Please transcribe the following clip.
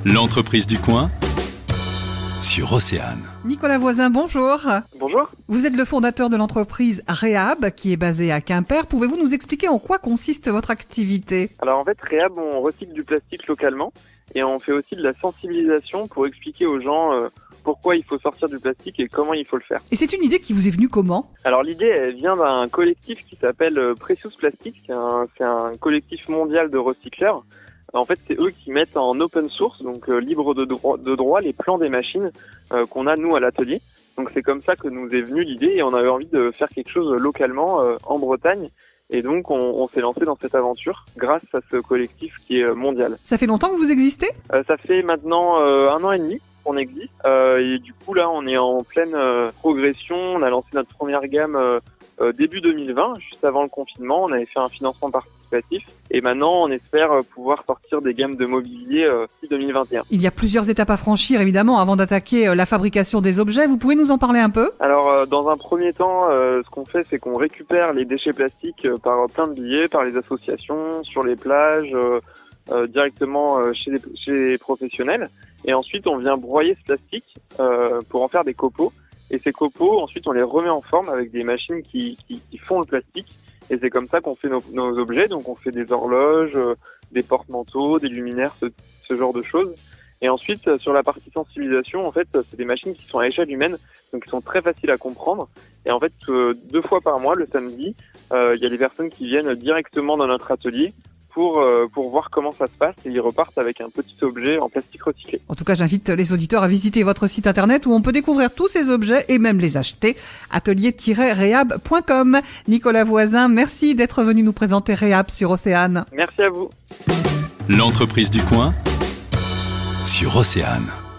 L'entreprise du coin sur Océane. Nicolas Voisin, bonjour. Bonjour. Vous êtes le fondateur de l'entreprise Rehab qui est basée à Quimper. Pouvez-vous nous expliquer en quoi consiste votre activité ? Alors en fait, Rehab, on recycle du plastique localement et on fait aussi de la sensibilisation pour expliquer aux gens pourquoi il faut sortir du plastique et comment il faut le faire. Et c'est une idée qui vous est venue comment ? Alors l'idée, elle vient d'un collectif qui s'appelle Precious Plastic. C'est un collectif mondial de recycleurs. En fait, c'est eux qui mettent en open source, donc libre de droit, les plans des machines qu'on a nous à l'atelier. Donc c'est comme ça que nous est venue l'idée et on avait envie de faire quelque chose localement en Bretagne. Et donc on s'est lancé dans cette aventure grâce à ce collectif qui est mondial. Ça fait longtemps que vous existez ? Ça fait maintenant 1 an et demi qu'on existe. Et du coup là, on est en pleine progression. On a lancé notre première gamme début 2020, juste avant le confinement. On avait fait un financement participatif. Et maintenant, on espère pouvoir sortir des gammes de mobilier d'ici 2021. Il y a plusieurs étapes à franchir, évidemment, avant d'attaquer la fabrication des objets. Vous pouvez nous en parler un peu ? Alors, dans un premier temps, ce qu'on fait, c'est qu'on récupère les déchets plastiques par plein de billets, par les associations, sur les plages, directement chez les professionnels. Et ensuite, on vient broyer ce plastique pour en faire des copeaux. Et ces copeaux, ensuite, on les remet en forme avec des machines qui font le plastique. Et c'est comme ça qu'on fait nos objets. Donc, on fait des horloges, des porte-manteaux, des luminaires, ce genre de choses. Et ensuite, sur la partie sensibilisation, en fait, c'est des machines qui sont à échelle humaine, donc qui sont très faciles à comprendre. Et en fait, 2 fois par mois, le samedi, il y a des personnes qui viennent directement dans notre atelier pour voir comment ça se passe et ils repartent avec un petit objet en plastique recyclé. En tout cas, j'invite les auditeurs à visiter votre site internet où on peut découvrir tous ces objets et même les acheter. atelier-rehab.com. Nicolas Voisin, merci d'être venu nous présenter Rehab sur Océane. Merci à vous. L'entreprise du coin sur Océane.